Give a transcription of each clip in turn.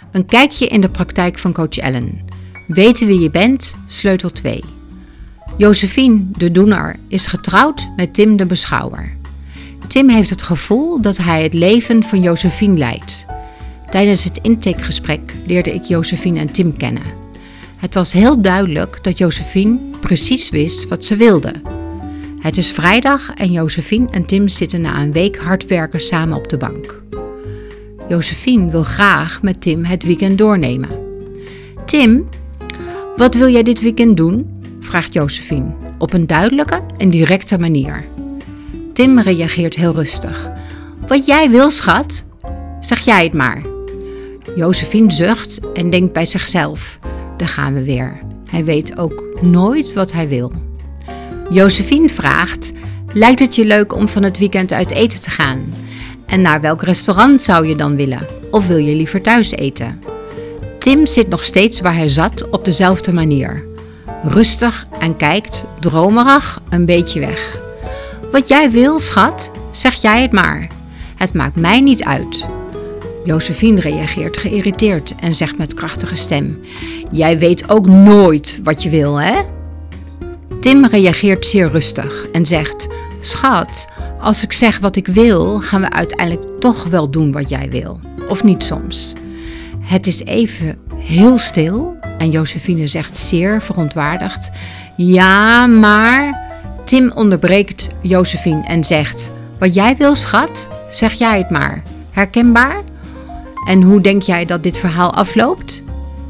Een kijkje in de praktijk van coach Ellen. Weten wie je bent, sleutel 2. Josephine, de doener, is getrouwd met Tim de beschouwer. Tim heeft het gevoel dat hij het leven van Josephine leidt. Tijdens het intakegesprek leerde ik Josephine en Tim kennen. Het was heel duidelijk dat Josephine precies wist wat ze wilde. Het is vrijdag en Josephine en Tim zitten na een week hard werken samen op de bank. Josephine wil graag met Tim het weekend doornemen. Tim, wat wil jij dit weekend doen? Vraagt Josephine op een duidelijke en directe manier. Tim reageert heel rustig. Wat jij wil, schat, zeg jij het maar. Josephine zucht en denkt bij zichzelf. Daar gaan we weer. Hij weet ook nooit wat hij wil. Josephine vraagt, lijkt het je leuk om van het weekend uit eten te gaan? En naar welk restaurant zou je dan willen? Of wil je liever thuis eten? Tim zit nog steeds waar hij zat op dezelfde manier. Rustig en kijkt, dromerig, een beetje weg. Wat jij wil, schat, zeg jij het maar. Het maakt mij niet uit. Josephine reageert geïrriteerd en zegt met krachtige stem. Jij weet ook nooit wat je wil, hè? Tim reageert zeer rustig en zegt. Schat, als ik zeg wat ik wil, gaan we uiteindelijk toch wel doen wat jij wil. Of niet soms. Het is even heel stil en Josephine zegt zeer verontwaardigd. Ja, maar... Tim onderbreekt Josephine en zegt. Wat jij wil, schat, zeg jij het maar. Herkenbaar? En hoe denk jij dat dit verhaal afloopt?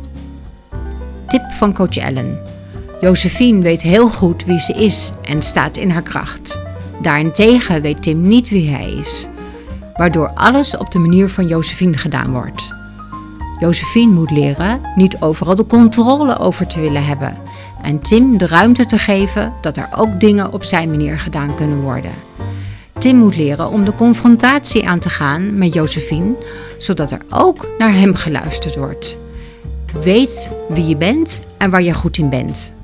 Tip van coach Ellen. Josephine weet heel goed wie ze is en staat in haar kracht. Daarentegen weet Tim niet wie hij is, waardoor alles op de manier van Josephine gedaan wordt. Josephine moet leren niet overal de controle over te willen hebben en Tim de ruimte te geven dat er ook dingen op zijn manier gedaan kunnen worden. Tim moet leren om de confrontatie aan te gaan met Josephine, zodat er ook naar hem geluisterd wordt. Weet wie je bent en waar je goed in bent.